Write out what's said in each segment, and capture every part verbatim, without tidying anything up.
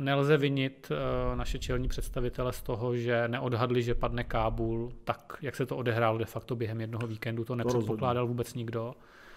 nelze vinit naše čelní představitele z toho, že neodhadli, že padne Kábul, tak jak se to odehrálo de facto během jednoho víkendu, to nepředpokládal vůbec nikdo,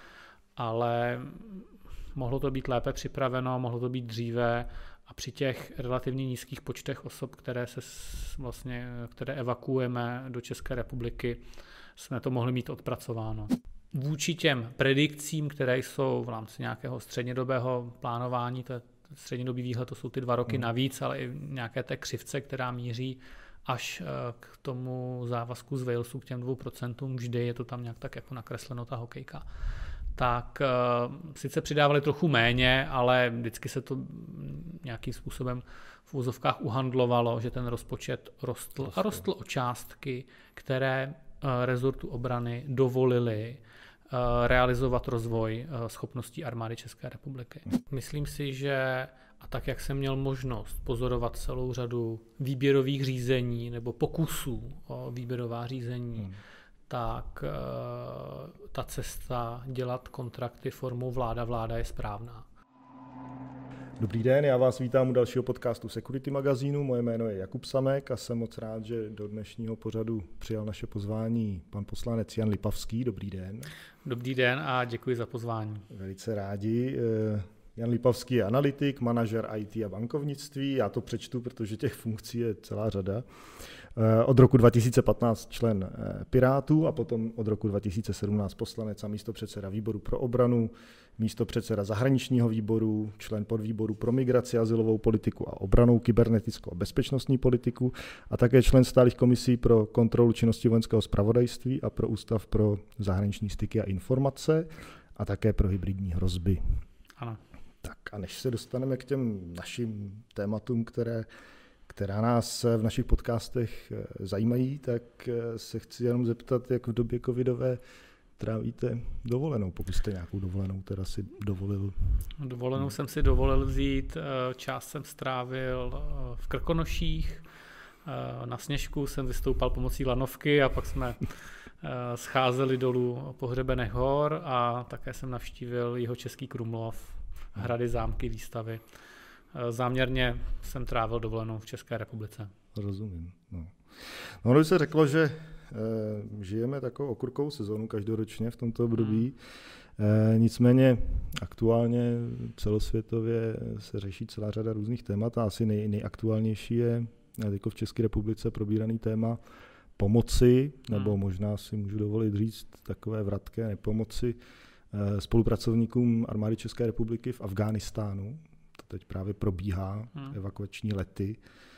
ale mohlo to být lépe připraveno, mohlo to být dříve a při těch relativně nízkých počtech osob, které, se vlastně, které evakuujeme do České republiky, jsme to mohli mít odpracováno. Vůči těm predikcím, které jsou v rámci nějakého střednědobého plánování, to je střednědobý výhled, to jsou ty dva roky navíc, ale i nějaké té křivce, která míří až k tomu závazku z Walesu, k těm dvou procentům, vždy je to tam nějak tak jako nakresleno ta hokejka. Tak sice přidávali trochu méně, ale vždycky se to nějakým způsobem v úzovkách uhandlovalo, že ten rozpočet rostl a rostl o částky, které rezortu obrany dovolily realizovat rozvoj schopností armády České republiky. Myslím si, že a tak, jak jsem měl možnost pozorovat celou řadu výběrových řízení nebo pokusů o výběrová řízení, hmm. tak ta cesta dělat kontrakty formou vláda-vláda je správná. Dobrý den, já vás vítám u dalšího podcastu Security magazínu. Moje jméno je Jakub Samek a jsem moc rád, že do dnešního pořadu přijal naše pozvání pan poslanec Jan Lipavský. Dobrý den. Dobrý den a děkuji za pozvání. Velice rádi. Jan Lipavský je analytik, manažer í té a bankovnictví. Já to přečtu, protože těch funkcí je celá řada. Od roku dva tisíce patnáct člen Pirátů a potom od roku dva tisíce sedmnáct poslanec a místopředseda výboru pro obranu, místopředseda zahraničního výboru, člen podvýboru pro migraci, azylovou politiku a obranou, kybernetickou a bezpečnostní politiku a také člen stálých komisí pro kontrolu činnosti vojenského zpravodajství a pro Ústav pro zahraniční styky a informace a také pro hybridní hrozby. Ano. Tak a než se dostaneme k těm našim tématům, které, která nás v našich podcastech zajímají, tak se chci jenom zeptat, jak v době covidové trávíte dovolenou, pokud jste nějakou dovolenou teda si dovolil. Dovolenou jsem si dovolil vzít, část jsem strávil v Krkonoších, na Sněžku jsem vystoupal pomocí lanovky a pak jsme scházeli dolů Pohřebených hor a také jsem navštívil Jihočeský Krumlov, hrady, zámky, výstavy. Záměrně jsem trávil dovolenou v České republice. Rozumím. No, no když se řeklo, že e, žijeme takovou okurkovou sezónu každoročně v tomto období, e, nicméně aktuálně celosvětově se řeší celá řada různých témat a asi nej, nejaktuálnější je jako v České republice probíraný téma pomoci, nebo hmm. možná si můžu dovolit říct takové vratké nepomoci spolupracovníkům armády České republiky v Afghánistánu. To teď právě probíhá, hmm. evakuační lety.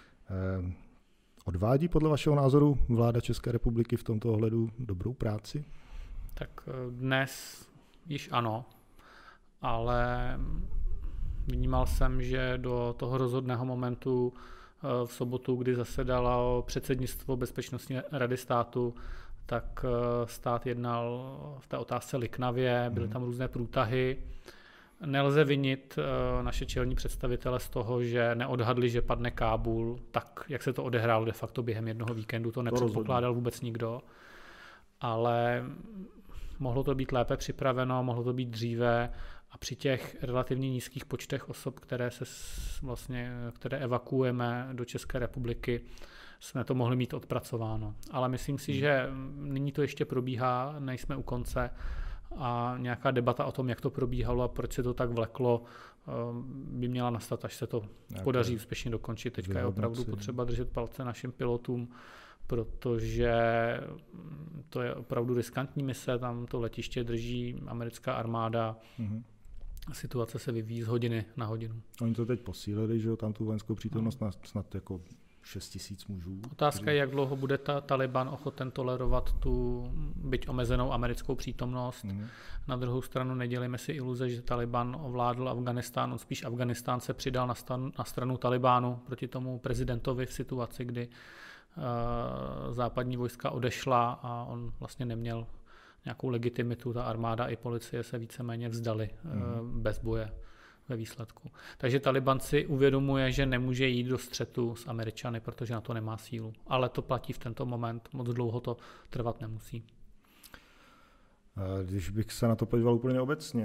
Odvádí podle vašeho názoru vláda České republiky v tomto ohledu dobrou práci? Tak dnes již ano, ale vnímal jsem, že do toho rozhodného momentu v sobotu, kdy zasedalo předsednictvo Bezpečnostní rady státu, tak stát jednal v té otázce liknavě, byly tam různé průtahy. Nelze vinit naše čelní představitele z toho, že neodhadli, že padne Kábul, tak jak se to odehrálo de facto během jednoho víkendu, to nepředpokládal vůbec nikdo, ale mohlo to být lépe připraveno, mohlo to být dříve a při těch relativně nízkých počtech osob, které, se vlastně, které evakuujeme do České republiky, jsme to mohli mít odpracováno. Ale myslím si, že nyní to ještě probíhá, nejsme u konce a nějaká debata o tom, jak to probíhalo a proč se to tak vleklo, by měla nastat, až se to nějaké podaří úspěšně dokončit. Teďka je opravdu potřeba držet palce našim pilotům, protože to je opravdu riskantní mise, tam to letiště drží americká armáda. Mm-hmm. Situace se vyvíjí z hodiny na hodinu. Oni to teď posílili, že jo, tam tu vojenskou přítomnost no. snad jako šest tisíc mužů. Otázka je, jak dlouho bude ta Taliban ochoten tolerovat tu byť omezenou americkou přítomnost. Mm. Na druhou stranu nedělejme si iluze, že Taliban ovládl Afghánistán, on spíš Afghánistán se přidal na, stan, na stranu Talibánu proti tomu prezidentovi v situaci, kdy uh, západní vojska odešla a on vlastně neměl nějakou legitimitu, ta armáda i policie se víceméně vzdali mm. uh, bez boje ve výsledku. Takže Taliban si uvědomuje, že nemůže jít do střetu s Američany, protože na to nemá sílu. Ale to platí v tento moment, moc dlouho to trvat nemusí. Když bych se na to podíval úplně obecně,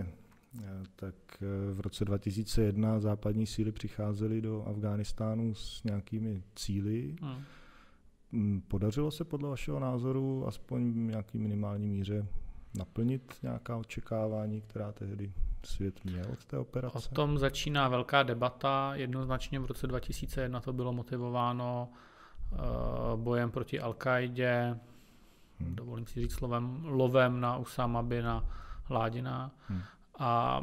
tak v roce dva tisíce jedna západní síly přicházely do Afghánistánu s nějakými cíli. Hmm. Podařilo se podle vašeho názoru aspoň v nějaký minimální míře naplnit nějaká očekávání, která tehdy svět měl od té operace? O tom začíná velká debata. Jednoznačně v roce dva tisíce jedna to bylo motivováno uh, bojem proti Al-Kaidě, hmm. dovolím si říct slovem, lovem na Usáma bina Ládina. Hmm. A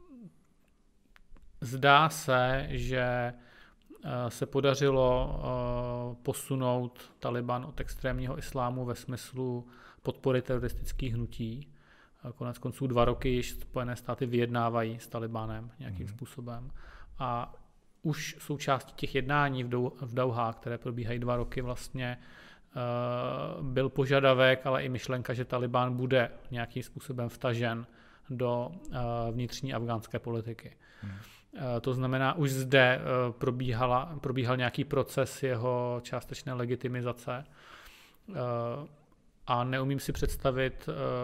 zdá se, že se podařilo posunout Taliban od extrémního islámu ve smyslu podpory teroristických hnutí. Konec konců dva roky již Spojené státy vyjednávají s Talibánem nějakým mm. způsobem. A už součástí těch jednání v, Dou- v Dauhá, které probíhají dva roky, vlastně uh, byl požadavek, ale i myšlenka, že Talibán bude nějakým způsobem vtažen do uh, vnitřní afgánské politiky. Mm. To znamená, už zde probíhala, probíhal nějaký proces jeho částečné legitimizace a neumím si představit,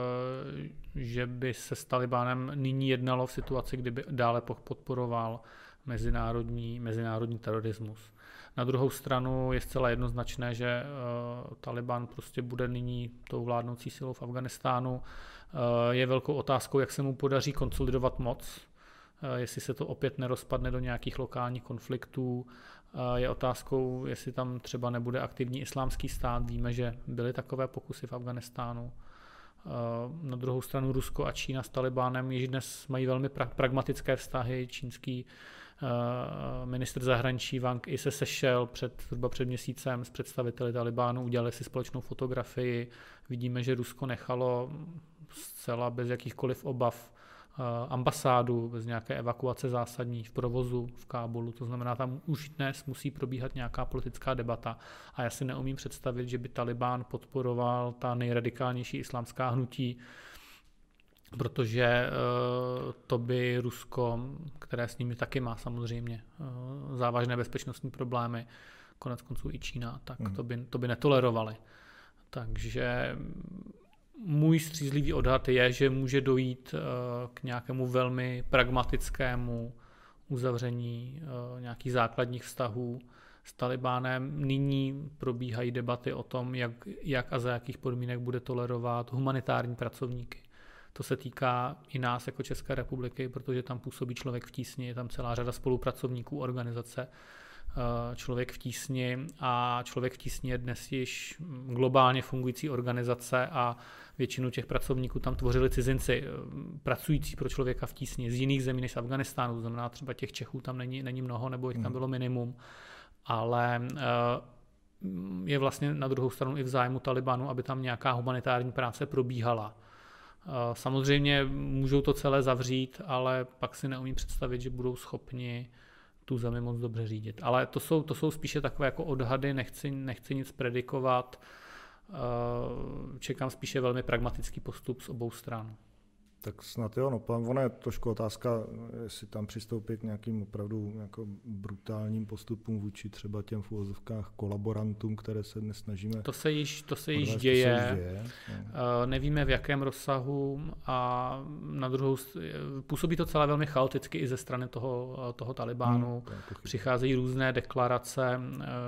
že by se s Talibánem nyní jednalo v situaci, kdyby dále podporoval mezinárodní, mezinárodní terorismus. Na druhou stranu je zcela jednoznačné, že Taliban prostě bude nyní tou vládnoucí silou v Afghánistánu. Je velkou otázkou, jak se mu podaří konsolidovat moc, jestli se to opět nerozpadne do nějakých lokálních konfliktů. Je otázkou, jestli tam třeba nebude aktivní islámský stát. Víme, že byly takové pokusy v Afghánistánu. Na druhou stranu Rusko a Čína s Talibánem již dnes mají velmi pra- pragmatické vztahy. Čínský ministr zahraničí Wang Yi se sešel před, zhruba před měsícem s představiteli Talibánu, udělali si společnou fotografii. Vidíme, že Rusko nechalo zcela bez jakýchkoliv obav ambasádu, bez nějaké evakuace zásadní v provozu v Kábulu. To znamená, tam už dnes musí probíhat nějaká politická debata. A já si neumím představit, že by Talibán podporoval ta nejradikálnější islámská hnutí, protože to by Rusko, které s nimi taky má samozřejmě závažné bezpečnostní problémy, konec konců i Čína, tak hmm. to by, to by netolerovali. Takže můj střízlivý odhad je, že může dojít k nějakému velmi pragmatickému uzavření nějakých základních vztahů s Talibánem. Nyní probíhají debaty o tom, jak, jak a za jakých podmínek bude tolerovat humanitární pracovníky. To se týká i nás jako České republiky, protože tam působí Člověk v tísni, je tam celá řada spolupracovníků organizace Člověk v tísni a Člověk v tísni je dnes již globálně fungující organizace a většinu těch pracovníků tam tvořili cizinci pracující pro Člověka v tísni z jiných zemí než z Afghánistánu. To znamená, třeba těch Čechů tam není, není mnoho, nebo jich tam bylo minimum, ale je vlastně na druhou stranu i v zájmu Talibanu, aby tam nějaká humanitární práce probíhala. Samozřejmě můžou to celé zavřít, ale pak si neumím představit, že budou schopni tu zemi moc dobře řídit. Ale to jsou, to jsou spíše takové jako odhady, nechci, nechci nic predikovat. Čekám spíše velmi pragmatický postup z obou stran. Tak snad jo, no, ono je trošku otázka, jestli tam přistoupit k nějakým opravdu jako brutálním postupům vůči třeba těm v uvozovkách kolaborantům, které se dnes snažíme. To se již, to se již děje, to se již děje. No. Nevíme v jakém rozsahu a na druhou působí to celé velmi chaoticky i ze strany toho, toho Talibánu. Hmm, Přicházejí různé deklarace,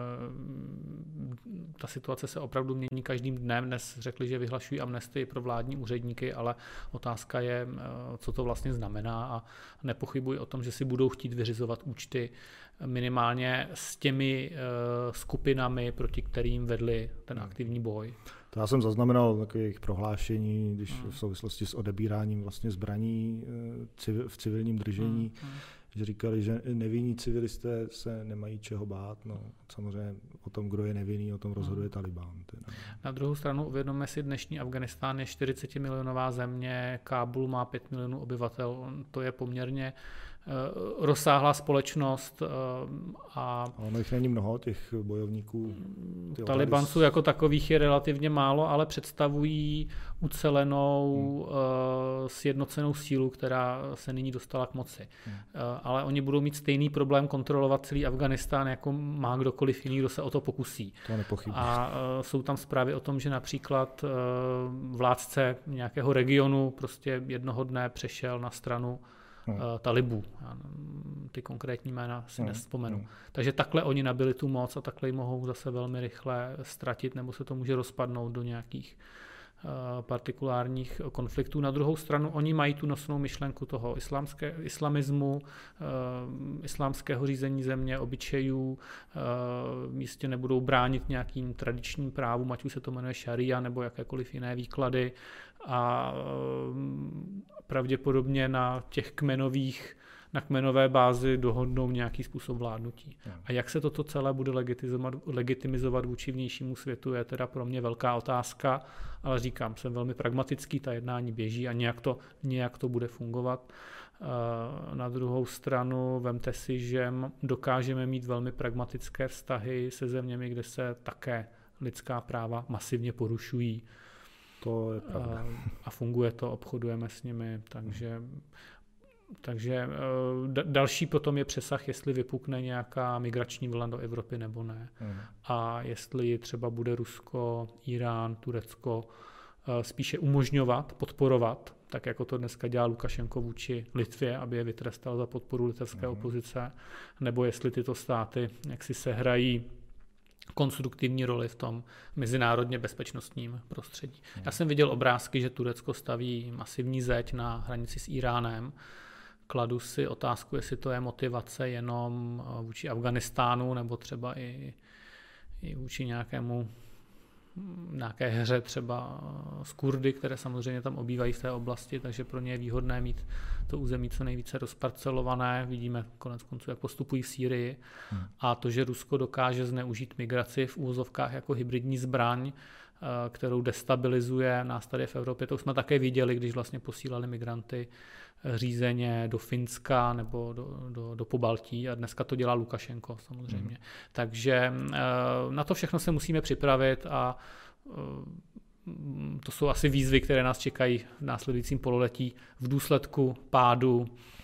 ta situace se opravdu mění každým dnem. Dnes řekli, že vyhlašují amnestii pro vládní úředníky, ale otázka je, co to vlastně znamená a nepochybuji o tom, že si budou chtít vyřizovat účty minimálně s těmi skupinami, proti kterým vedli ten aktivní boj. To já jsem zaznamenal takové jejich prohlášení, když hmm. v souvislosti s odebíráním vlastně zbraní v civilním držení, hmm. že říkali, že nevinní civilisté se nemají čeho bát. No, samozřejmě o tom, kdo je nevinný, o tom rozhoduje Talibán. Teda. Na druhou stranu uvědomme si, dnešní Afghánistán je čtyřicetimilionová země, Kábul má pět milionů obyvatel, to je poměrně uh, rozsáhlá společnost. Uh, a ono jich není mnoho, těch bojovníků. Talibanců jako takových je relativně málo, ale představují ucelenou, hmm. uh, sjednocenou sílu, která se nyní dostala k moci. Hmm. Uh, ale oni budou mít stejný problém kontrolovat celý Afghánistán, jako má kdokoliv jiný, kdo se o to pokusí. To nepochybí. A uh, jsou tam zprávy o tom, že například uh, vládce nějakého regionu prostě jednoho dne přešel na stranu hmm. talibů. Já ty konkrétní jména si hmm. nevzpomenu. Hmm. Takže takhle oni nabili tu moc a takhle ji mohou zase velmi rychle ztratit, nebo se to může rozpadnout do nějakých partikulárních konfliktů. Na druhou stranu oni mají tu nosnou myšlenku toho islámské, islamismu, islámského řízení země, obyčejů, místě nebudou bránit nějakým tradičním právům, ať už se to jmenuje šaria nebo jakékoliv jiné výklady, a pravděpodobně na těch kmenových na kmenové bázi dohodnou nějaký způsob vládnutí. A jak se toto celé bude legitimizovat, legitimizovat vůči vnějšímu světu, je teda pro mě velká otázka, ale říkám, jsem velmi pragmatický, ta jednání běží a nějak to, nějak to bude fungovat. Na druhou stranu vemte si, že dokážeme mít velmi pragmatické vztahy se zeměmi, kde se také lidská práva masivně porušují. To je pravda. A funguje to, obchodujeme s nimi, takže Takže další potom je přesah, jestli vypukne nějaká migrační vlna do Evropy nebo ne. Mm. A jestli třeba bude Rusko, Irán, Turecko spíše umožňovat, podporovat, tak jako to dneska dělá Lukašenko vůči Litvě, aby je vytrestal za podporu litevské mm. opozice, nebo jestli tyto státy jaksi sehrají konstruktivní roli v tom mezinárodně bezpečnostním prostředí. Mm. Já jsem viděl obrázky, že Turecko staví masivní zeď na hranici s Iránem. Kladu si otázku, jestli to je motivace jenom vůči Afghánistánu nebo třeba i, i vůči nějakému nějaké hře třeba z Kurdy, které samozřejmě tam obývají v té oblasti, takže pro ně je výhodné mít to území co nejvíce rozparcelované. Vidíme konec konců, jak postupují v Sýrii. Hmm. A to, že Rusko dokáže zneužít migraci v úvozovkách jako hybridní zbraň, kterou destabilizuje nás tady v Evropě, to už jsme také viděli, když vlastně posílali migranty řízeně do Finska nebo do, do, do Pobaltí, a dneska to dělá Lukašenko samozřejmě. Mm. Takže na to všechno se musíme připravit a to jsou asi výzvy, které nás čekají v následujícím pololetí v důsledku pádu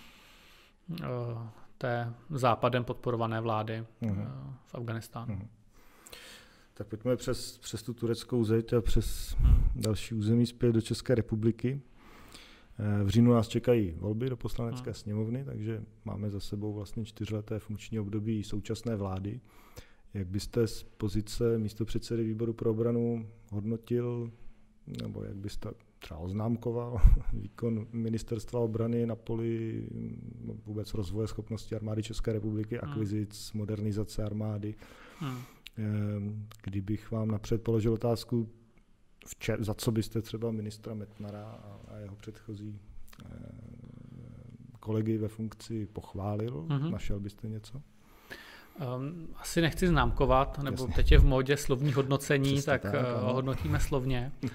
té západem podporované vlády mm. v Afghánistánu. Mm. Tak pojďme přes, přes tu tureckou zeď a přes další území zpět do České republiky. V říjnu nás čekají volby do Poslanecké sněmovny, takže máme za sebou vlastně čtyřleté funkční období současné vlády. Jak byste z pozice místopředsedy výboru pro obranu hodnotil, nebo jak byste třeba oznámkoval výkon ministerstva obrany na poli vůbec rozvoje schopností armády České republiky, akvizic, modernizace armády? Hmm. Kdybych vám napřed položil otázku, vče, za co byste třeba ministra Metnara a, a jeho předchozí eh, kolegy ve funkci pochválil, mm-hmm. našel byste něco? Um, asi nechci známkovat, nebo Jasně. teď je v módě slovní hodnocení, Přesně tak, tak uh, hodnotíme slovně. uh,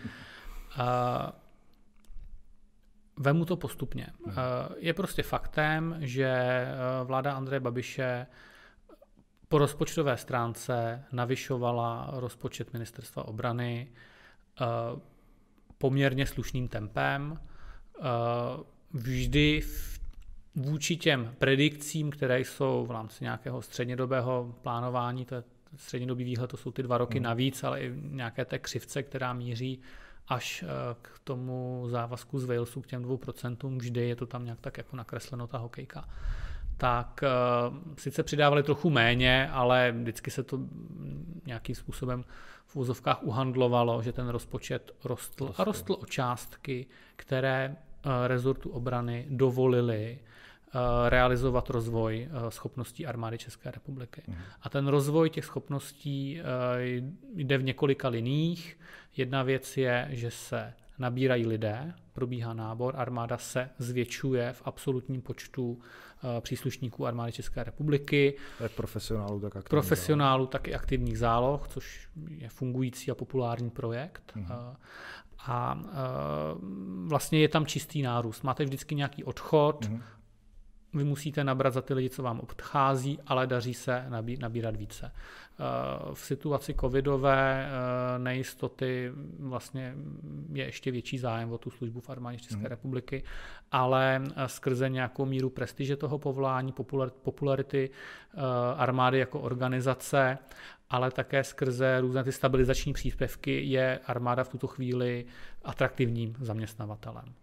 vemu to postupně. Uh, je prostě faktem, že uh, vláda Andreje Babiše po rozpočtové stránce navyšovala rozpočet ministerstva obrany uh, poměrně slušným tempem. Uh, vždy v, vůči těm predikcím, které jsou v rámci nějakého střednědobého plánování, to je střednědobý výhled, to jsou ty dva roky hmm. navíc, ale i nějaké té křivce, která míří až uh, k tomu závazku z Walesu, k těm dvou procentům, vždy je to tam nějak tak jako nakresleno ta hokejka. Tak uh, sice přidávali trochu méně, ale vždycky se to nějakým způsobem v úzovkách uhandlovalo, že ten rozpočet rostl Rostl. a rostl o částky, které uh, rezortu obrany dovolily uh, realizovat rozvoj uh, schopností armády České republiky. Mhm. A ten rozvoj těch schopností uh, jde v několika liních. Jedna věc je, že se nabírají lidé, probíhá nábor, armáda se zvětšuje v absolutním počtu uh, příslušníků armády České republiky. Jak profesionálů, tak aktivních Profesionálů, tak i aktivních záloh, což je fungující a populární projekt. Uh, a uh, vlastně je tam čistý nárůst. Máte vždycky nějaký odchod, uh-huh. vy musíte nabrat za ty lidi, co vám odchází, ale daří se nabí, nabírat více. V situaci covidové nejistoty vlastně je ještě větší zájem o tu službu v armádě České hmm. republiky, ale skrze nějakou míru prestiže toho povolání, popularity armády jako organizace, ale také skrze různé ty stabilizační příspěvky je armáda v tuto chvíli atraktivním zaměstnavatelem.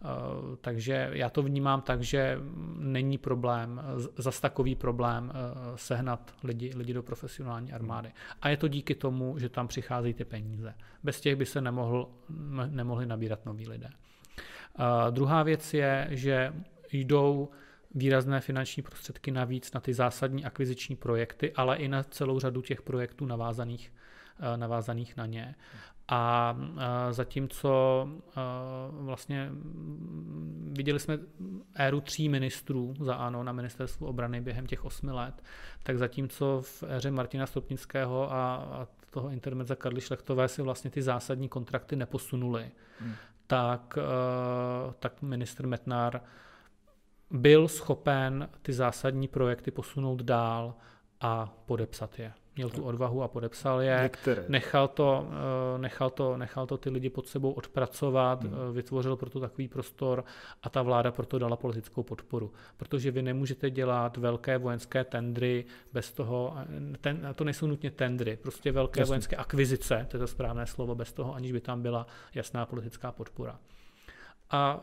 Takže já to vnímám tak, že není problém, zas takový problém sehnat lidi, lidi do profesionální armády. A je to díky tomu, že tam přicházejí ty peníze. Bez těch by se nemohl, nemohli nabírat noví lidé. A druhá věc je, že jdou výrazné finanční prostředky navíc na ty zásadní akviziční projekty, ale i na celou řadu těch projektů navázaných, navázaných na ně. A zatímco vlastně viděli jsme éru tří ministrů za ANO na ministerstvu obrany během těch osmi let, tak zatímco v éře Martina Stropnického a toho intermezza Karly Šlechtové si vlastně ty zásadní kontrakty neposunuly, hmm. tak, tak ministr Metnar byl schopen ty zásadní projekty posunout dál a podepsat je. Měl tu odvahu a podepsal je. Některé. Nechal to, nechal to, nechal to ty lidi pod sebou odpracovat, hmm. vytvořil proto takový prostor a ta vláda proto dala politickou podporu. Protože vy nemůžete dělat velké vojenské tendry bez toho, ten, to nejsou nutně tendry, prostě velké Jasný. vojenské akvizice, to je to správné slovo, bez toho, aniž by tam byla jasná politická podpora. A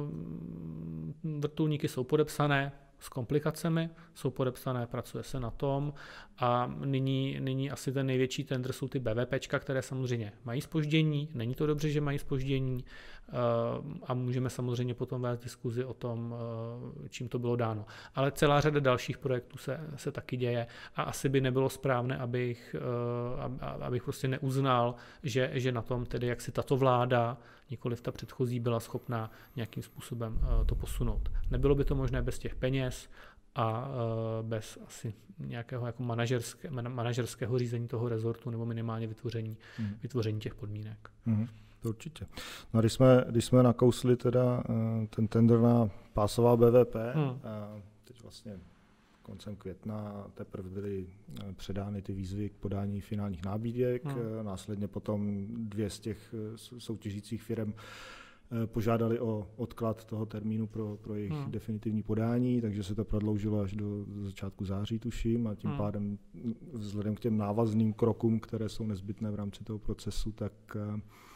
uh, vrtulníky jsou podepsané s komplikacemi, jsou podepsané, pracuje se na tom a nyní, nyní asi ten největší tendr jsou ty BVPčka, které samozřejmě mají zpoždění, není to dobře, že mají zpoždění uh, a můžeme samozřejmě potom vést diskuzi o tom, uh, čím to bylo dáno. Ale celá řada dalších projektů se, se taky děje a asi by nebylo správné, abych, uh, abych prostě neuznal, že, že na tom tedy jak si tato vláda, nikoliv ta předchozí, byla schopná nějakým způsobem uh, to posunout. Nebylo by to možné bez těch peněz a uh, bez asi nějakého jako manažerské, manažerského řízení toho rezortu nebo minimálně vytvoření, mm. vytvoření těch podmínek. Mm. To určitě. No a když jsme, když jsme nakousli teda uh, ten tender na pásová B V P, mm. uh, teď vlastně koncem května teprve byly předány ty výzvy k podání finálních nabídek. Hmm. Následně potom dvě z těch soutěžících firm požádali o odklad toho termínu pro, pro jejich hmm. definitivní podání, takže se to prodloužilo až do začátku září, tuším, a tím hmm. pádem vzhledem k těm návazným krokům, které jsou nezbytné v rámci toho procesu, tak uh,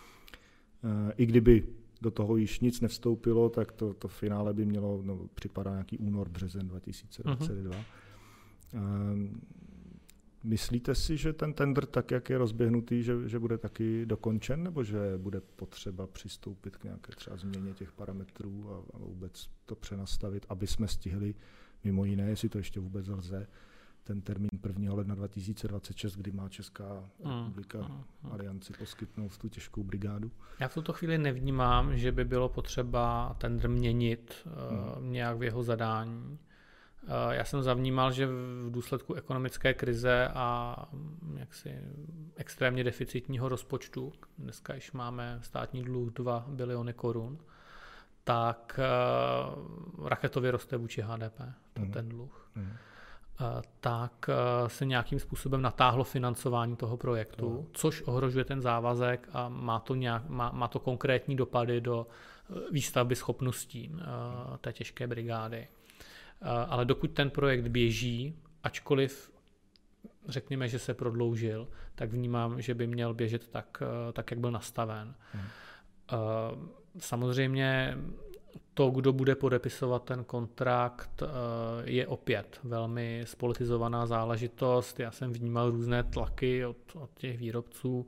i kdyby do toho již nic nevstoupilo, tak to, to finále by mělo, no, připadá nějaký únor, březen dva tisíce dvacet dva. Uh-huh. Um, myslíte si, že ten tendr, tak jak je rozběhnutý, že, že bude taky dokončen, nebo že bude potřeba přistoupit k nějaké třeba změně těch parametrů a, a vůbec to přenastavit, aby jsme stihli mimo jiné, jestli to ještě vůbec lze, ten termín prvního ledna dva tisíce dvacet šest, kdy má Česká republika mm, mm, mm. alianci poskytnout tu těžkou brigádu? Já v tuto chvíli nevnímám, že by bylo potřeba tendr měnit mm. uh, nějak v jeho zadání. Uh, já jsem zavnímal, že v důsledku ekonomické krize a jaksi extrémně deficitního rozpočtu, dneska již máme státní dluh dva biliony korun, tak uh, raketově roste vůči H D P ten, mm. ten dluh. Mm. tak se nějakým způsobem natáhlo financování toho projektu, no. což ohrožuje ten závazek a má to, nějak, má, má to konkrétní dopady do výstavby schopností té těžké brigády. Ale dokud ten projekt běží, ačkoliv řekněme, že se prodloužil, tak vnímám, že by měl běžet tak, tak jak byl nastaven. Hmm. Samozřejmě to, kdo bude podepisovat ten kontrakt, je opět velmi spolitizovaná záležitost. Já jsem vnímal různé tlaky od, od těch výrobců.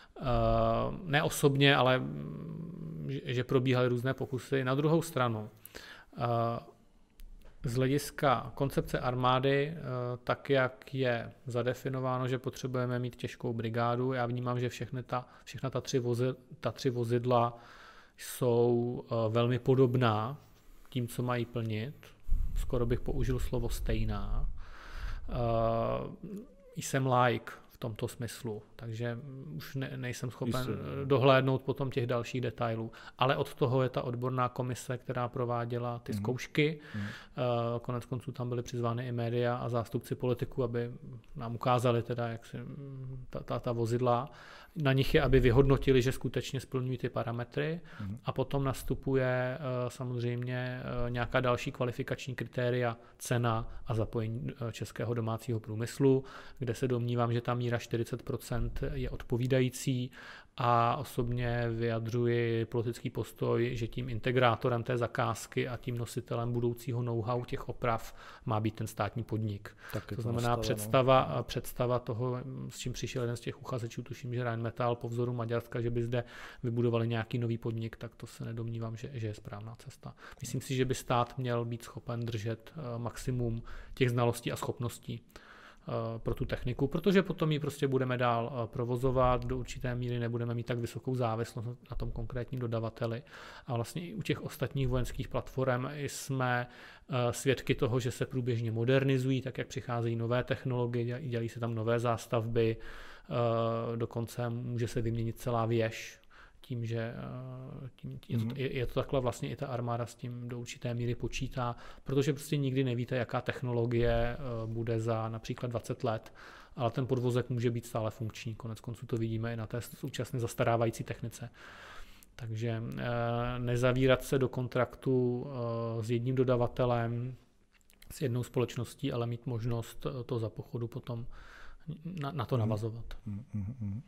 Ne osobně, ale že probíhaly různé pokusy. Na druhou stranu, z hlediska koncepce armády, tak jak je zadefinováno, že potřebujeme mít těžkou brigádu, já vnímám, že všechny ta, všechna ta tři, vozi, ta tři vozidla jsou velmi podobná tím, co mají plnit. Skoro bych použil slovo stejná. Jsem like v tomto smyslu, takže už ne, nejsem schopen Jistě. dohlédnout potom těch dalších detailů. Ale od toho je ta odborná komise, která prováděla ty mm. zkoušky. Mm. Konec konců tam byly přizvány i média a zástupci politiků, aby nám ukázali teda, jak si ta, ta, ta vozidla. Na nich je, aby vyhodnotili, že skutečně splňují ty parametry mm. a potom nastupuje samozřejmě nějaká další kvalifikační kritéria, cena a zapojení českého domácího průmyslu, kde se domnívám, že tam míra čtyřicet procent je odpovídající a osobně vyjadřuji politický postoj, že tím integrátorem té zakázky a tím nositelem budoucího know-how těch oprav má být ten státní podnik. Tak to znamená představa, představa toho, s čím přišel jeden z těch uchazečů, tuším, že Rheinmetall po vzoru Maďarska, že by zde vybudovali nějaký nový podnik, tak to se nedomnívám, že, že je správná cesta. Myslím si, že by stát měl být schopen držet maximum těch znalostí a schopností pro tu techniku, protože potom ji prostě budeme dál provozovat, do určité míry nebudeme mít tak vysokou závislost na tom konkrétním dodavateli. A vlastně i u těch ostatních vojenských platform jsme svědky toho, že se průběžně modernizují, tak jak přicházejí nové technologie, dělají se tam nové zástavby, dokonce může se vyměnit celá věž, tím, že tím, je, to, je, je to takhle vlastně i ta armáda s tím do určité míry počítá, protože prostě nikdy nevíte, jaká technologie bude za například dvacet let, ale ten podvozek může být stále funkční. Konec konců to vidíme i na té současné zastarávající technice. Takže nezavírat se do kontraktu s jedním dodavatelem, s jednou společností, ale mít možnost to za pochodu potom na, na to navazovat. Mm, mm, mm.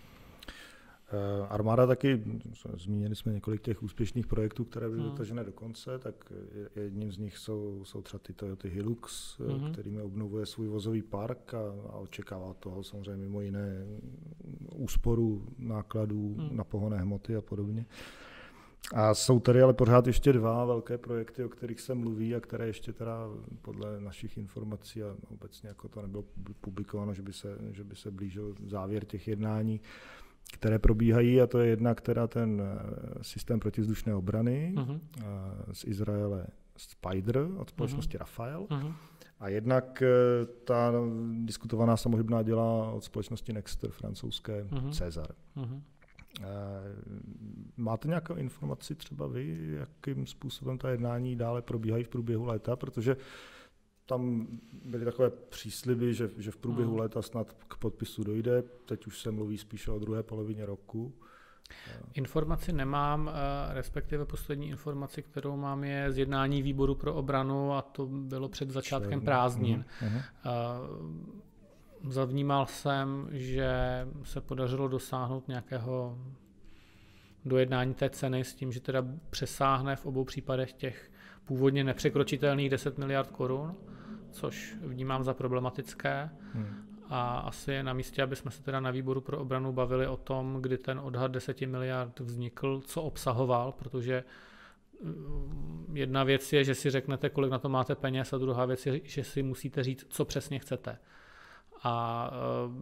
Armáda taky, zmínili jsme několik těch úspěšných projektů, které byly dotažené do konce, tak jedním z nich jsou, jsou třeba ty Toyota Hilux, mm-hmm. kterými obnovuje svůj vozový park a, a očekává toho samozřejmě mimo jiné úsporu nákladů mm. na pohonné hmoty a podobně. A jsou tady ale pořád ještě dva velké projekty, o kterých se mluví a které ještě teda podle našich informací a obecně jako to nebylo publikováno, že by se, že by se blížil závěr těch jednání, které probíhají, a to je jedna, která ten systém protivzdušné obrany uh-huh. z Izraele Spider od společnosti uh-huh. Rafael uh-huh. a jednak ta diskutovaná samohybná děla od společnosti Nexter francouzské uh-huh. Cezar. Uh-huh. Máte nějakou informaci třeba vy, jakým způsobem ta jednání dále probíhají v průběhu léta, protože tam byly takové přísliby, že, že v průběhu léta snad k podpisu dojde, teď už se mluví spíše o druhé polovině roku. Informaci nemám, respektive poslední informaci, kterou mám, je z jednání výboru pro obranu a to bylo před začátkem Člen. prázdnin. Uh-huh. Zavnímal jsem, že se podařilo dosáhnout nějakého dojednání té ceny s tím, že teda přesáhne v obou případech těch původně nepřekročitelných deset miliard korun, což vnímám za problematické. Hmm. A asi je na místě, aby jsme se teda na výboru pro obranu bavili o tom, kdy ten odhad deset miliard vznikl, co obsahoval, protože jedna věc je, že si řeknete, kolik na to máte peněz, a druhá věc je, že si musíte říct, co přesně chcete. A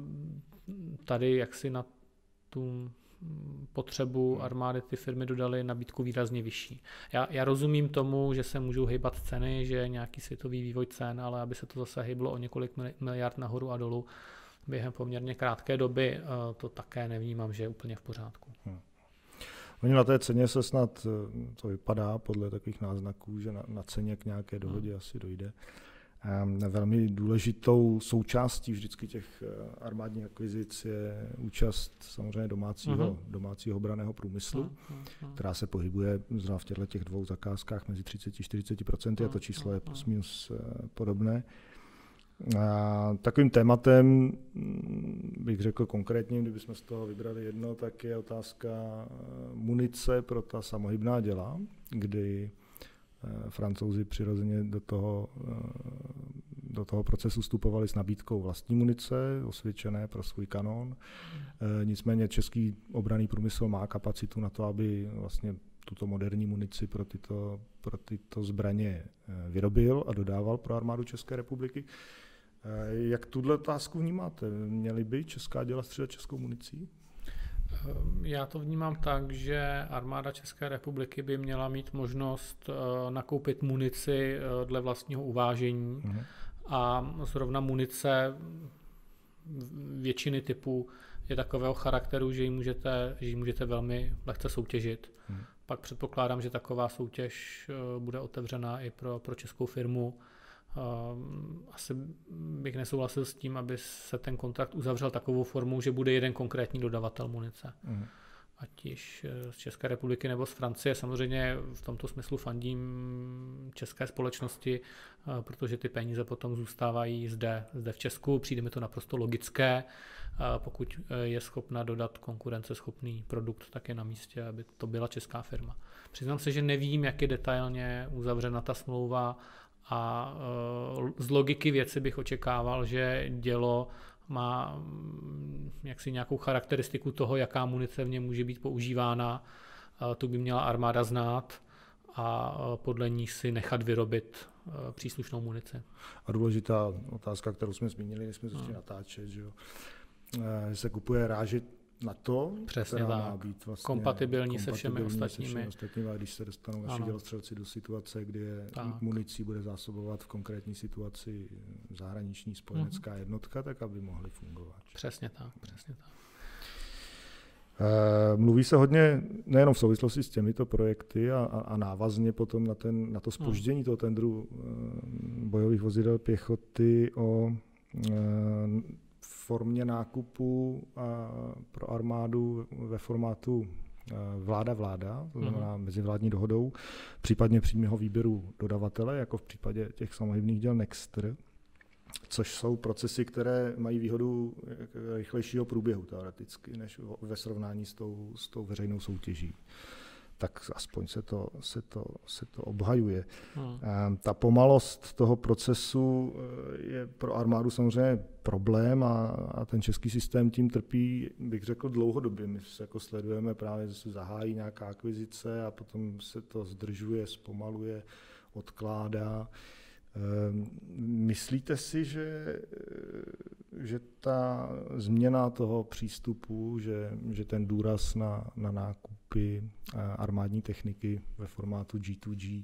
tady jaksi na tu potřebu armády ty firmy dodaly nabídku výrazně vyšší. Já, já rozumím tomu, že se můžou hýbat ceny, že je nějaký světový vývoj cen, ale aby se to zase hýblo o několik miliard nahoru a dolů během poměrně krátké doby, to také nevnímám, že je úplně v pořádku. Hmm. Oni na té ceně se snad, to vypadá podle takových náznaků, že na, na ceně k nějaké dohodě hmm. asi dojde. Velmi důležitou součástí vždycky těch armádních akvizic je účast samozřejmě domácího, uh-huh. domácího obranného průmyslu, uh-huh. která se pohybuje v těchto těch dvou zakázkách mezi třicet až čtyřicet procent uh-huh. a to číslo je plus minus podobné. A takovým tématem, bych řekl konkrétním, kdybychom z toho vybrali jedno, tak je otázka munice pro ta samohybná děla, kdy Francouzi přirozeně do toho, do toho procesu vstupovali s nabídkou vlastní munice, osvědčené pro svůj kanón. Nicméně český obranný průmysl má kapacitu na to, aby vlastně tuto moderní munici pro tyto, pro tyto zbraně vyrobil a dodával pro armádu České republiky. Jak tuhle otázku vnímáte? Měly by česká děla střílet českou municí? Já to vnímám tak, že armáda České republiky by měla mít možnost nakoupit munici dle vlastního uvážení uh-huh. a zrovna munice většiny typů je takového charakteru, že ji můžete, že ji můžete velmi lehce soutěžit. Uh-huh. Pak předpokládám, že taková soutěž bude otevřená i pro, pro českou firmu. Asi bych nesouhlasil s tím, aby se ten kontrakt uzavřel takovou formou, že bude jeden konkrétní dodavatel munice. Mm. Ať již z České republiky nebo z Francie. Samozřejmě v tomto smyslu fandím české společnosti, protože ty peníze potom zůstávají zde, zde v Česku. Přijde mi to naprosto logické. Pokud je schopna dodat konkurenceschopný produkt, tak je na místě, aby to byla česká firma. Přiznám se, že nevím, jak je detailně uzavřena ta smlouva a z logiky věci bych očekával, že dělo má jaksi nějakou charakteristiku toho, jaká munice v něm může být používána. Tu by měla armáda znát a podle ní si nechat vyrobit příslušnou munici. A důležitá otázka, kterou jsme zmínili, když jsme začali hmm. natáčet, že jo, se kupuje ráže na to, přesně která tak. má být vlastně kompatibilní, kompatibilní se všemi ostatními. Se všemi ostatními. A když se dostanou naši dělostřelci do situace, kdy je tak. municí bude zásobovat v konkrétní situaci zahraniční spojenecká hmm. jednotka, tak aby mohly fungovat. Přesně tak, přesně tak. Mluví se hodně nejenom v souvislosti s těmito projekty a, a, a návazně potom na, ten, na to zpoždění hmm. toho tendru bojových vozidel pěchoty o formě nákupu pro armádu ve formátu vláda-vláda, to znamená hmm. mezivládní dohodou, případně přímého výběru dodavatele, jako v případě těch samohybných děl Nextr, což jsou procesy, které mají výhodu rychlejšího průběhu teoreticky, než ve srovnání s tou, s tou veřejnou soutěží. Tak aspoň se to, se to, se to obhajuje. Hmm. Ta pomalost toho procesu je pro armádu samozřejmě problém a, a ten český systém tím trpí, bych řekl, dlouhodobě. My se jako sledujeme právě, že se zahájí nějaká akvizice a potom se to zdržuje, zpomaluje, odkládá. Myslíte si, že, že ta změna toho přístupu, že, že ten důraz na, na nákupy armádní techniky ve formátu G dvě G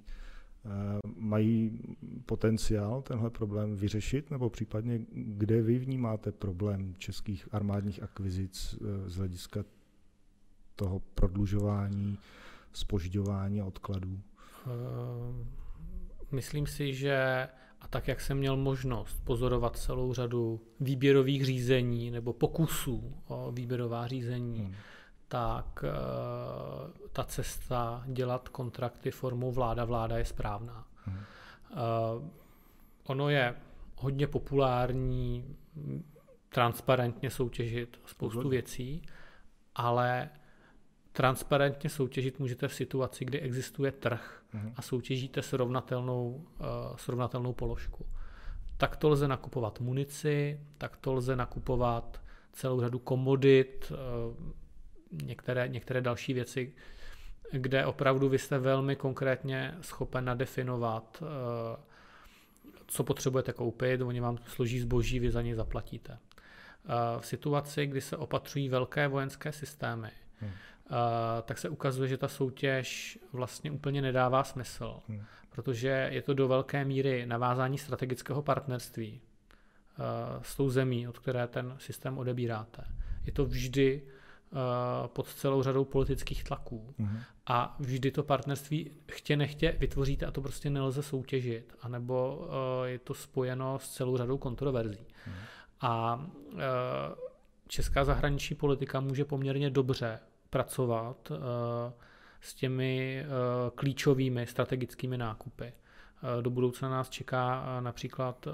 mají potenciál tenhle problém vyřešit, nebo případně kde vy vnímáte problém českých armádních akvizic z hlediska toho prodlužování, zpožďování a odkladů? Um... Myslím si, že a tak, jak jsem měl možnost pozorovat celou řadu výběrových řízení nebo pokusů o výběrová řízení, hmm. tak uh, ta cesta dělat kontrakty formou vláda-vláda je správná. Hmm. Uh, ono je hodně populární transparentně soutěžit spoustu hmm. věcí, ale transparentně soutěžit můžete v situaci, kdy existuje trh uh-huh. a soutěžíte srovnatelnou, uh, srovnatelnou položku. Tak to lze nakupovat munici, tak to lze nakupovat celou řadu komodit, uh, některé, některé další věci, kde opravdu vy jste velmi konkrétně schopen nadefinovat, uh, co potřebujete koupit, oni vám složí zboží, vy za něj zaplatíte. Uh, v situaci, kdy se opatřují velké vojenské systémy, uh, Uh, tak se ukazuje, že ta soutěž vlastně úplně nedává smysl, hmm. protože je to do velké míry navázání strategického partnerství uh, s tou zemí, od které ten systém odebíráte. Je to vždy uh, pod celou řadou politických tlaků hmm. a vždy to partnerství chtě nechtě vytvoříte a to prostě nelze soutěžit, anebo uh, je to spojeno s celou řadou kontroverzí. Hmm. A uh, česká zahraniční politika může poměrně dobře pracovat uh, s těmi uh, klíčovými strategickými nákupy. Uh, do budoucna nás čeká uh, například uh,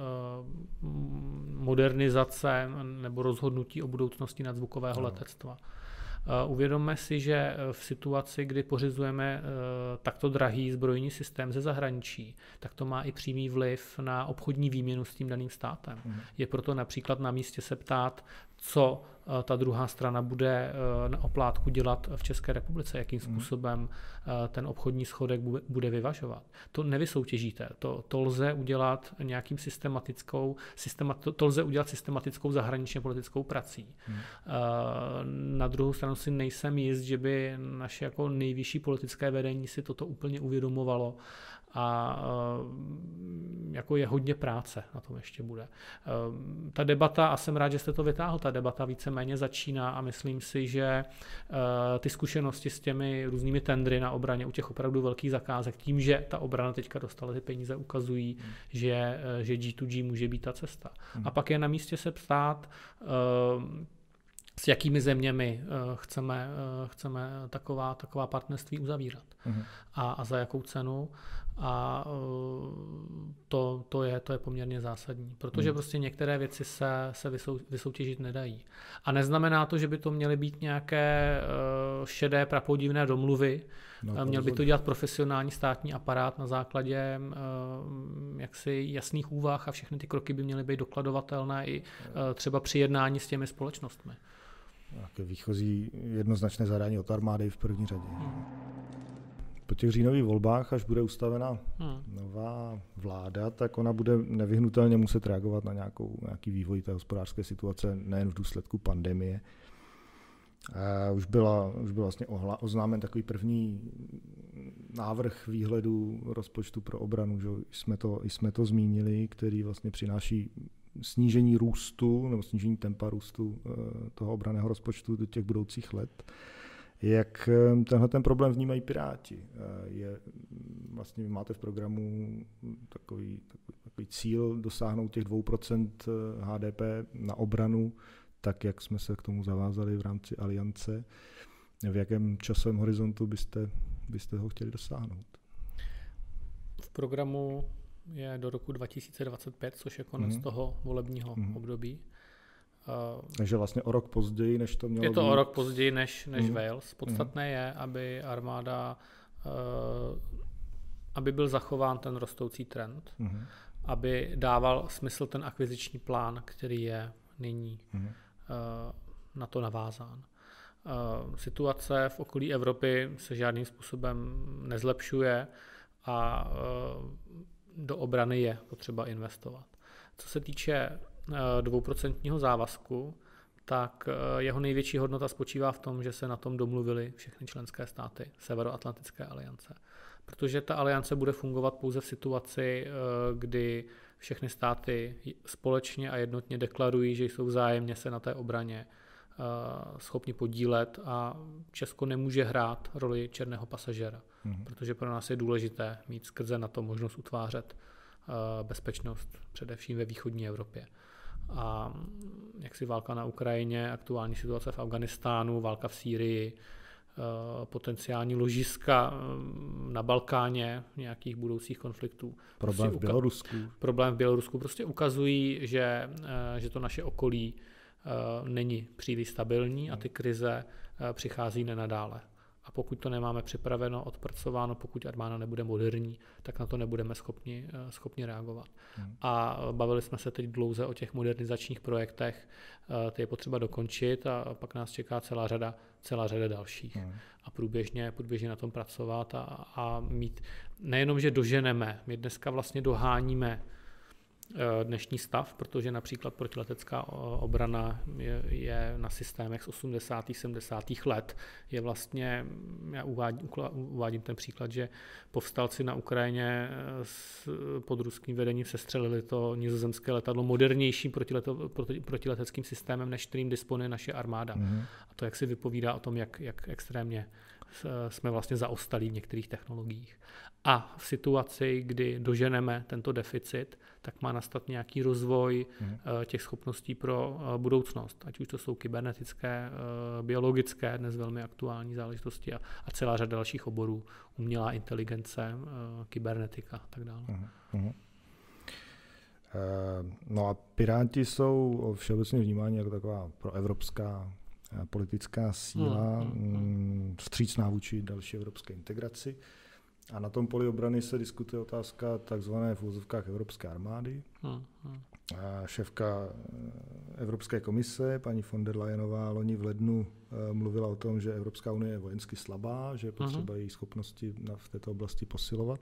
modernizace nebo rozhodnutí o budoucnosti nadzvukového no. letectva. Uh, uvědomme si, že v situaci, kdy pořizujeme uh, takto drahý zbrojní systém ze zahraničí, tak to má i přímý vliv na obchodní výměnu s tím daným státem. Mm. Je proto například na místě se ptát, co uh, ta druhá strana bude uh, na oplátku dělat v České republice, jakým způsobem mm. uh, ten obchodní schodek bu- bude vyvažovat. To nevysoutěžíte, to, to lze udělat nějakým systematickou, systemat, to, to lze udělat systematickou zahraničně politickou prací. Mm. Uh, na druhou stranu si nejsem jist, že by naše jako nejvyšší politické vedení si toto úplně uvědomovalo a jako je hodně práce na tom ještě bude. Ta debata, a jsem rád, že jste to vytáhl, ta debata víceméně začíná a myslím si, že ty zkušenosti s těmi různými tendry na obraně u těch opravdu velkých zakázek, tím, že ta obrana teďka dostala ty peníze, ukazují, hmm. že, že G dvě G může být ta cesta. Hmm. A pak je na místě se ptát, s jakými zeměmi uh, chceme, uh, chceme taková, taková partnerství uzavírat uh-huh. a, a za jakou cenu. A to, to, je, to je poměrně zásadní, protože hmm. prostě některé věci se, se vysou, vysoutěžit nedají. A neznamená to, že by to měly být nějaké uh, šedé prapodivné domluvy. No, Měl by to dělat profesionální státní aparát na základě uh, jaksi jasných úvah a všechny ty kroky by měly být dokladovatelné i uh, třeba při jednání s těmi společnostmi. Nějaké výchozí jednoznačné zadání od armády v první řadě. Hmm. Po těch říjnových volbách, až bude ustavena hmm. nová vláda, tak ona bude nevyhnutelně muset reagovat na nějakou, nějaký vývoj té hospodářské situace, nejen v důsledku pandemie. A už, byla, už byl vlastně ohla, oznámen takový první návrh výhledu rozpočtu pro obranu, že jsme to, jsme to zmínili, který vlastně přináší snížení růstu nebo snížení tempa růstu toho obranného rozpočtu do těch budoucích let. Jak tenhle ten problém vnímají Piráti? Je, vlastně máte v programu takový, takový, takový cíl dosáhnout těch dvou procent H D P na obranu, tak jak jsme se k tomu zavázali v rámci aliance. V jakém časovém horizontu byste, byste ho chtěli dosáhnout? V programu je do roku dva tisíce dvacet pět, což je konec mm. toho volebního mm. období. Uh, Takže vlastně o rok později, než to mělo být. Je to být. o rok později než, než mm. Wales. Podstatné mm. je, aby armáda, uh, aby byl zachován ten rostoucí trend, mm. aby dával smysl ten akviziční plán, který je nyní mm. uh, na to navázán. Uh, situace v okolí Evropy se žádným způsobem nezlepšuje a uh, do obrany je potřeba investovat. Co se týče dvouprocentního závazku, tak jeho největší hodnota spočívá v tom, že se na tom domluvili všechny členské státy Severoatlantické aliance. Protože ta aliance bude fungovat pouze v situaci, kdy všechny státy společně a jednotně deklarují, že jsou vzájemně se na té obraně schopni podílet a Česko nemůže hrát roli černého pasažéra, mm. protože pro nás je důležité mít skrze na to možnost utvářet bezpečnost, především ve východní Evropě. A jaksi válka na Ukrajině, aktuální situace v Afghánistánu, válka v Sýrii, potenciální ložiska na Balkáně, nějakých budoucích konfliktů. Problém prostě v Bělorusku. Problém v Bělorusku prostě ukazují, že, že to naše okolí není příliš stabilní a ty krize přichází nenadále. A pokud to nemáme připraveno, odpracováno, pokud armáda nebude moderní, tak na to nebudeme schopni, schopni reagovat. Hmm. A bavili jsme se teď dlouze o těch modernizačních projektech, ty je potřeba dokončit a pak nás čeká celá řada, celá řada dalších. Hmm. A průběžně, průběžně na tom pracovat a, a mít, nejenom, že doženeme, my dneska vlastně doháníme dnešní stav, protože například protiletecká obrana je, je na systémech z osmdesátých sedmdesátých let. Je vlastně, já uvádím, uvádím ten příklad, že povstalci na Ukrajině s, pod ruským vedením sestřelili to nizozemské letadlo modernějším protileto, proti, protileteckým systémem, než kterým disponuje naše armáda. Mm-hmm. A to jak si vypovídá o tom, jak, jak extrémně jsme vlastně zaostalí v některých technologiích. A v situaci, kdy doženeme tento deficit, tak má nastat nějaký rozvoj hmm. těch schopností pro budoucnost. Ať už to jsou kybernetické, biologické, dnes velmi aktuální záležitosti a, a celá řada dalších oborů, umělá inteligence, kybernetika a tak dále. Hmm. Hmm. No a Piráti jsou všeobecně vnímáni jako taková proevropská politická síla, hmm. Hmm. vstřícná vůči další evropské integraci. A na tom poli obrany se diskutuje otázka takzvané v úvozovkách Evropské armády. Hmm, hmm. A šéfka Evropské komise, paní von der Leyenová, loni v lednu mluvila o tom, že Evropská unie je vojensky slabá, že je potřeba její schopnosti v této oblasti posilovat.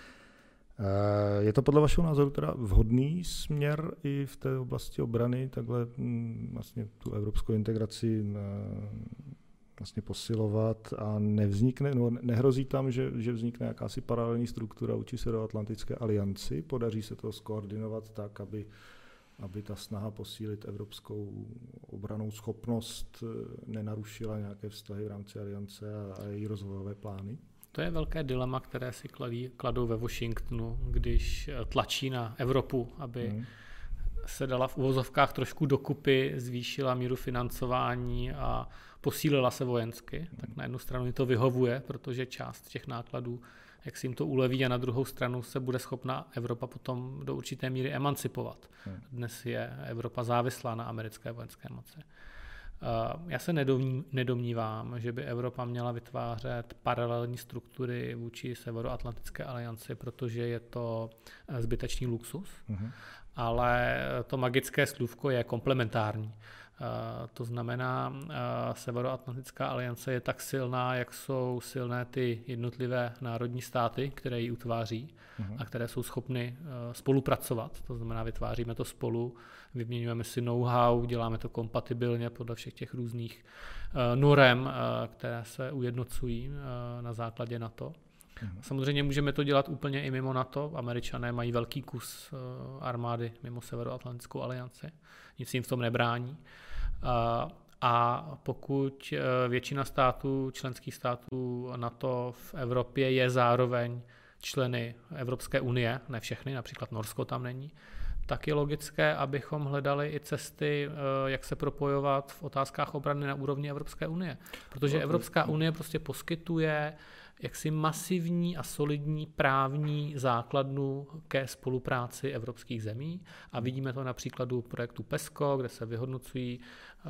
Je to podle vašeho názoru teda vhodný směr i v té oblasti obrany, takhle vlastně tu evropskou integraci vlastně posilovat a nevznikne, no nehrozí tam, že, že vznikne jakási paralelní struktura vůči Severoatlantické alianci? Podaří se to skoordinovat tak, aby, aby ta snaha posílit evropskou obrannou schopnost nenarušila nějaké vztahy v rámci aliance a, a její rozvojové plány? To je velké dilema, které si kladí, kladou ve Washingtonu, když tlačí na Evropu, aby hmm. se dala v uvozovkách trošku dokupy, zvýšila míru financování a posílila se vojensky. Tak na jednu stranu to vyhovuje, protože část těch nákladů jak si jim to uleví a na druhou stranu se bude schopna Evropa potom do určité míry emancipovat. Hmm. Dnes je Evropa závislá na americké vojenské moci. Já se nedomnívám, že by Evropa měla vytvářet paralelní struktury vůči Severoatlantické alianci, protože je to zbytečný luxus, mm-hmm. ale to magické slůvko je komplementární. To znamená, Severoatlantická aliance je tak silná, jak jsou silné ty jednotlivé národní státy, které ji utváří mm-hmm. a které jsou schopny spolupracovat. To znamená, vytváříme to spolu, vyměňujeme si know-how, děláme to kompatibilně podle všech těch různých norem, které se ujednocují na základě NATO. Mm-hmm. Samozřejmě můžeme to dělat úplně i mimo NATO. Američané mají velký kus armády mimo Severoatlantickou alianci. Nic jim v tom nebrání. A pokud většina států, členských států NATO v Evropě je zároveň členy Evropské unie, ne všechny, například Norsko tam není, tak je logické, abychom hledali i cesty, jak se propojovat v otázkách obrany na úrovni Evropské unie. Protože Evropská unie prostě poskytuje jaksi masivní a solidní právní základnu ke spolupráci evropských zemí. A vidíme to na příkladu projektu PESCO, kde se vyhodnocují,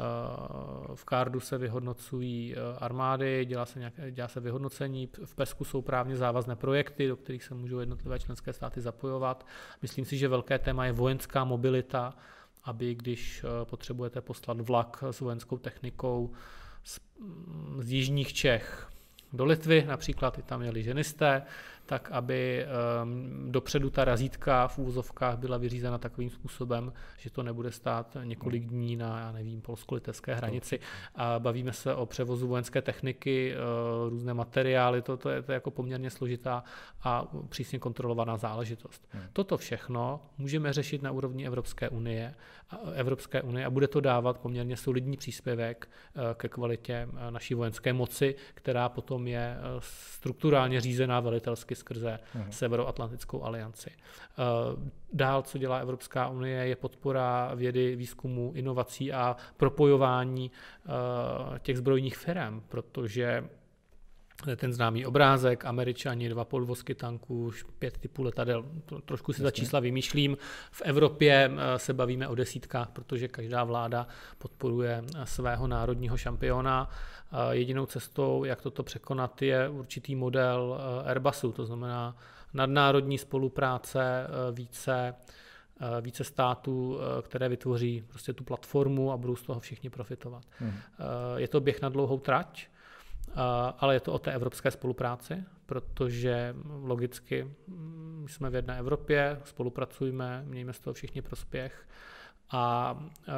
v Cardu se vyhodnocují armády, dělá se, nějaké, dělá se vyhodnocení, v PESCu jsou právně závazné projekty, do kterých se můžou jednotlivé členské státy zapojovat. Myslím si, že velké téma je vojenská mobilita, aby když potřebujete poslat vlak s vojenskou technikou z, z jižních Čech do Litvy, například i tam jeli ženisté, tak aby um, dopředu ta razítka v úvozovkách byla vyřízena takovým způsobem, že to nebude stát několik dní na, já nevím, polsko-litevské hranici. A bavíme se o převozu vojenské techniky, uh, různé materiály, to, to, je, to je jako poměrně složitá a přísně kontrolovaná záležitost. Hmm. Toto všechno můžeme řešit na úrovni Evropské unie, Evropské unie a bude to dávat poměrně solidní příspěvek uh, ke kvalitě uh, naší vojenské moci, která potom je uh, strukturálně řízená velitelsky skrze uhum. Severoatlantickou alianci. Dál, co dělá Evropská unie, je podpora vědy, výzkumu, inovací a propojování těch zbrojních firem, protože ten známý obrázek, Američani, dva podvozky tanků, pět typů letadel, trošku si ta čísla vymýšlím. V Evropě se bavíme o desítkách, protože každá vláda podporuje svého národního šampiona. Jedinou cestou, jak toto překonat, je určitý model Airbusu, to znamená nadnárodní spolupráce více, více států, které vytvoří prostě tu platformu a budou z toho všichni profitovat. Hmm. Je to běh na dlouhou trať, ale je to o té evropské spolupráci, protože logicky jsme v jedné Evropě, spolupracujeme, mějme z toho všichni prospěch a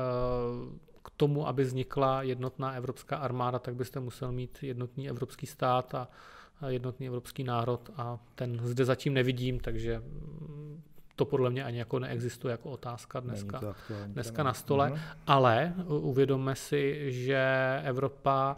k tomu, aby vznikla jednotná evropská armáda, tak byste musel mít jednotný evropský stát a jednotný evropský národ a ten zde zatím nevidím, takže to podle mě ani jako neexistuje jako otázka dneska, dneska na stole, mm. ale uvědomme si, že Evropa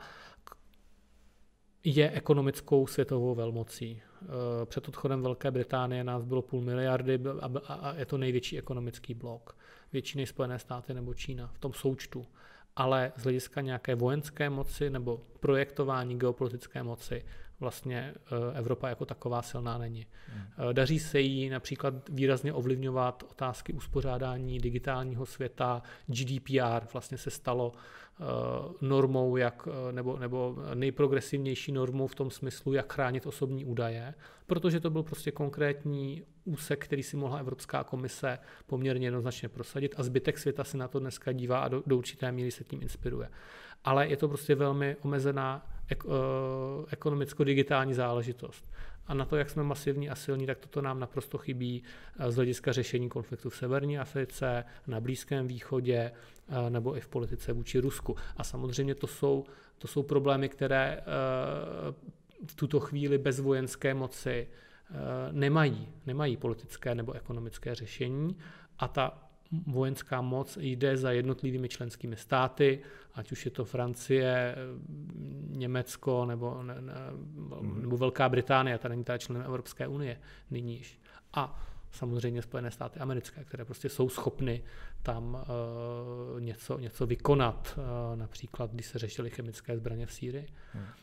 je ekonomickou světovou velmocí. Před odchodem Velké Británie nás bylo půl miliardy a je to největší ekonomický blok. Větší než Spojené státy nebo Čína v tom součtu. Ale z hlediska nějaké vojenské moci nebo projektování geopolitické moci vlastně Evropa jako taková silná není. Hmm. Daří se jí například výrazně ovlivňovat otázky uspořádání digitálního světa. G D P R vlastně se stalo normou, jak, nebo, nebo nejprogresivnější normou v tom smyslu, jak chránit osobní údaje, protože to byl prostě konkrétní úsek, který si mohla Evropská komise poměrně jednoznačně prosadit a zbytek světa se na to dneska dívá a do, do určité míry se tím inspiruje. Ale je to prostě velmi omezená ek, ekonomicko-digitální záležitost. A na to, jak jsme masivní a silní, tak toto nám naprosto chybí z hlediska řešení konfliktu v severní Africe, na Blízkém východě nebo i v politice vůči Rusku. A samozřejmě to jsou, to jsou problémy, které v tuto chvíli bez vojenské moci nemají, nemají politické nebo ekonomické řešení a ta vojenská moc jde za jednotlivými členskými státy, ať už je to Francie, Německo nebo, ne, ne, nebo Velká Británie, ta není teda členem Evropské unie nyníž. A samozřejmě Spojené státy americké, které prostě jsou schopny tam uh, něco, něco vykonat, uh, například když se řešily chemické zbraně v Sýrii. Hmm.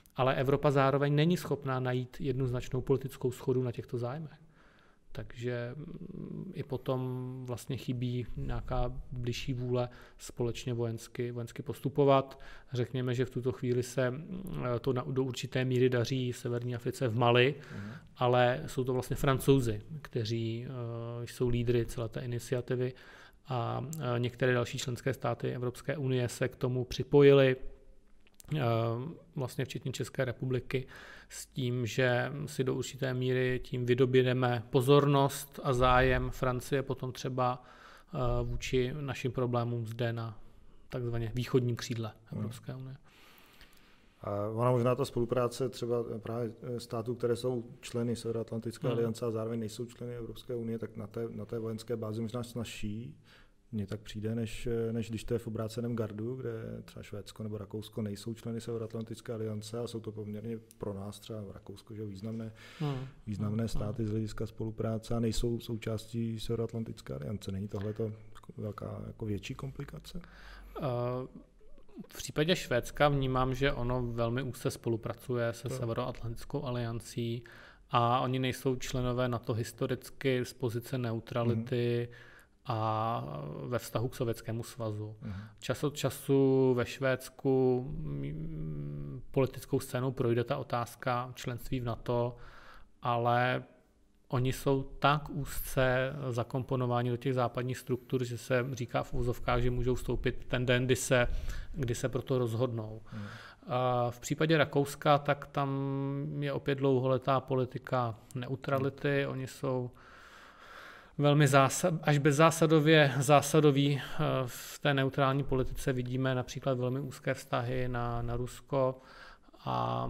ale Evropa zároveň není schopná najít jednoznačnou politickou shodu na těchto zájmech. Takže i potom vlastně chybí nějaká bližší vůle společně vojensky, vojensky postupovat. Řekněme, že v tuto chvíli se to na, do určité míry daří Severní Africe v Mali, mm. ale jsou to vlastně Francouzi, kteří uh, jsou lídry celé té iniciativy a uh, některé další členské státy Evropské unie se k tomu připojily, uh, vlastně včetně České republiky, s tím, že si do určité míry tím vydobědeme pozornost a zájem Francie potom třeba vůči našim problémům zde na takzvaně východním křídle Evropské unie. A ona možná ta spolupráce třeba právě států, které jsou členy Severoatlantické hmm. aliance a zároveň nejsou členy Evropské unie, tak na té, na té vojenské bázi možná snazší. Mně tak přijde, než, než když to je v obráceném gardu, kde třeba Švédsko nebo Rakousko nejsou členy Severoatlantické aliance a jsou to poměrně pro nás třeba Rakousko, že významné, hmm. významné státy z hlediska spolupráce a nejsou součástí Severoatlantické aliance. Není tohle to velká jako větší komplikace? Uh, v případě Švédska vnímám, že ono velmi úzce spolupracuje se to. Severoatlantickou aliancí a oni nejsou členové NATO historicky z pozice neutrality, hmm. a ve vztahu k Sovětskému svazu. Uh-huh. Čas od času ve Švédsku politickou scénou projde ta otázka členství v NATO, ale oni jsou tak úzce zakomponováni do těch západních struktur, že se říká v úzovkách, že můžou vstoupit ten den, kdy se, kdy se pro to rozhodnou. Uh-huh. A v případě Rakouska, tak tam je opět dlouholetá politika neutrality. Uh-huh. Oni jsou velmi zásad, až bezzásadově zásadový. V té neutrální politice vidíme například velmi úzké vztahy na, na Rusko a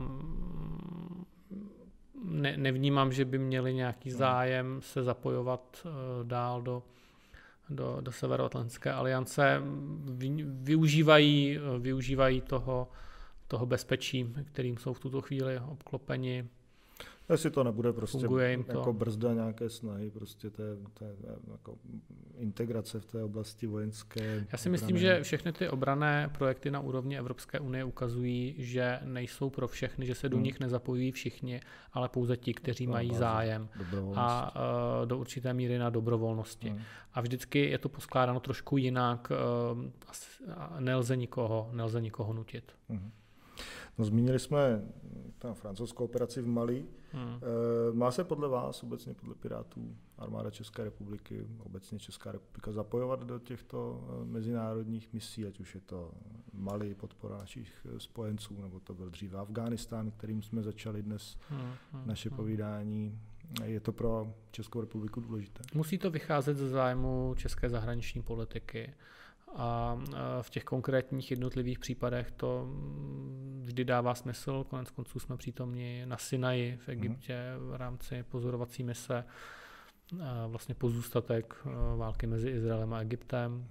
ne, nevnímám, že by měli nějaký zájem se zapojovat dál do, do, do Severoatlantické aliance. Využívají, využívají toho, toho bezpečí, kterým jsou v tuto chvíli obklopeni. Jestli to nebude prostě jako to. brzda nějaké snahy, prostě té, té jako integrace v té oblasti vojenské. Já si obrané. myslím, že všechny ty obranné projekty na úrovni Evropské unie ukazují, že nejsou pro všechny, že se do hmm. nich nezapojují všichni, ale pouze ti, kteří no, mají zájem a uh, do určité míry na dobrovolnosti. Hmm. A vždycky je to poskládáno trošku jinak, uh, nelze nikoho, nelze nikoho nutit. Hmm. No, zmínili jsme tam francouzskou operaci v Mali. Hmm. Má se podle vás, obecně podle Pirátů, armáda České republiky, obecně Česká republika zapojovat do těchto mezinárodních misí, ať už je to Mali, podpora našich spojenců, nebo to byl dříve Afghánistán, kterým jsme začali dnes hmm. naše hmm. povídání. Je to pro Českou republiku důležité? Musí to vycházet ze zájmu české zahraniční politiky. A v těch konkrétních jednotlivých případech to vždy dává smysl. Konec konců jsme přítomni na Sinaji v Egyptě v rámci pozorovací mise, vlastně pozůstatek války mezi Izraelem a Egyptem.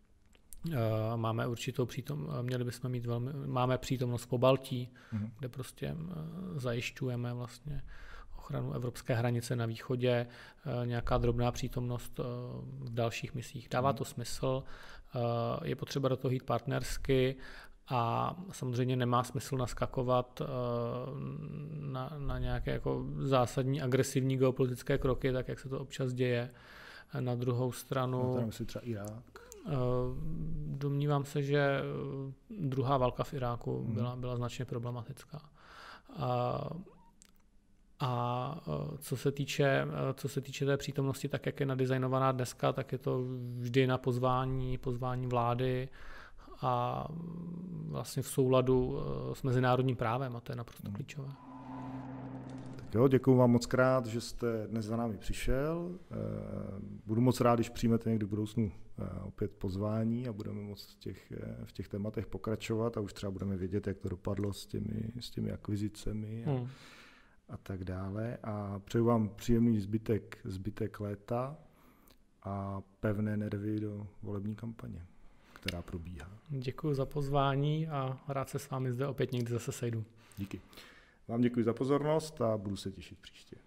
Máme určitou přítom, měli bychom mít velmi, máme přítomnost v Pobaltí, kde prostě zajišťujeme vlastně ochranu evropské hranice na východě, nějaká drobná přítomnost v dalších misích. Dává to smysl, je potřeba do toho jít partnersky a samozřejmě nemá smysl naskakovat na, na nějaké jako zásadní agresivní geopolitické kroky, tak jak se to občas děje. Na druhou stranu... No, si třeba Irák. Domnívám se, že druhá válka v Iráku hmm. byla, byla značně problematická. A, a co se týče, co se týče té přítomnosti, tak jak je nadizajnovaná dneska, tak je to vždy na pozvání, pozvání vlády a vlastně v souladu s mezinárodním právem, a to je naprosto hmm. klíčové. Tak jo, děkuju vám moc krát, že jste dnes za námi přišel. Budu moc rád, když přijmete někdy v budoucnu opět pozvání a budeme moct v těch, v těch tématech pokračovat a už třeba budeme vědět, jak to dopadlo s těmi, s těmi akvizicemi a, hmm. a tak dále. A přeju vám příjemný zbytek, zbytek léta a pevné nervy do volební kampaně, která probíhá. Děkuji za pozvání a rád se s vámi zde opět někdy zase sejdu. Díky. Vám děkuji za pozornost a budu se těšit příště.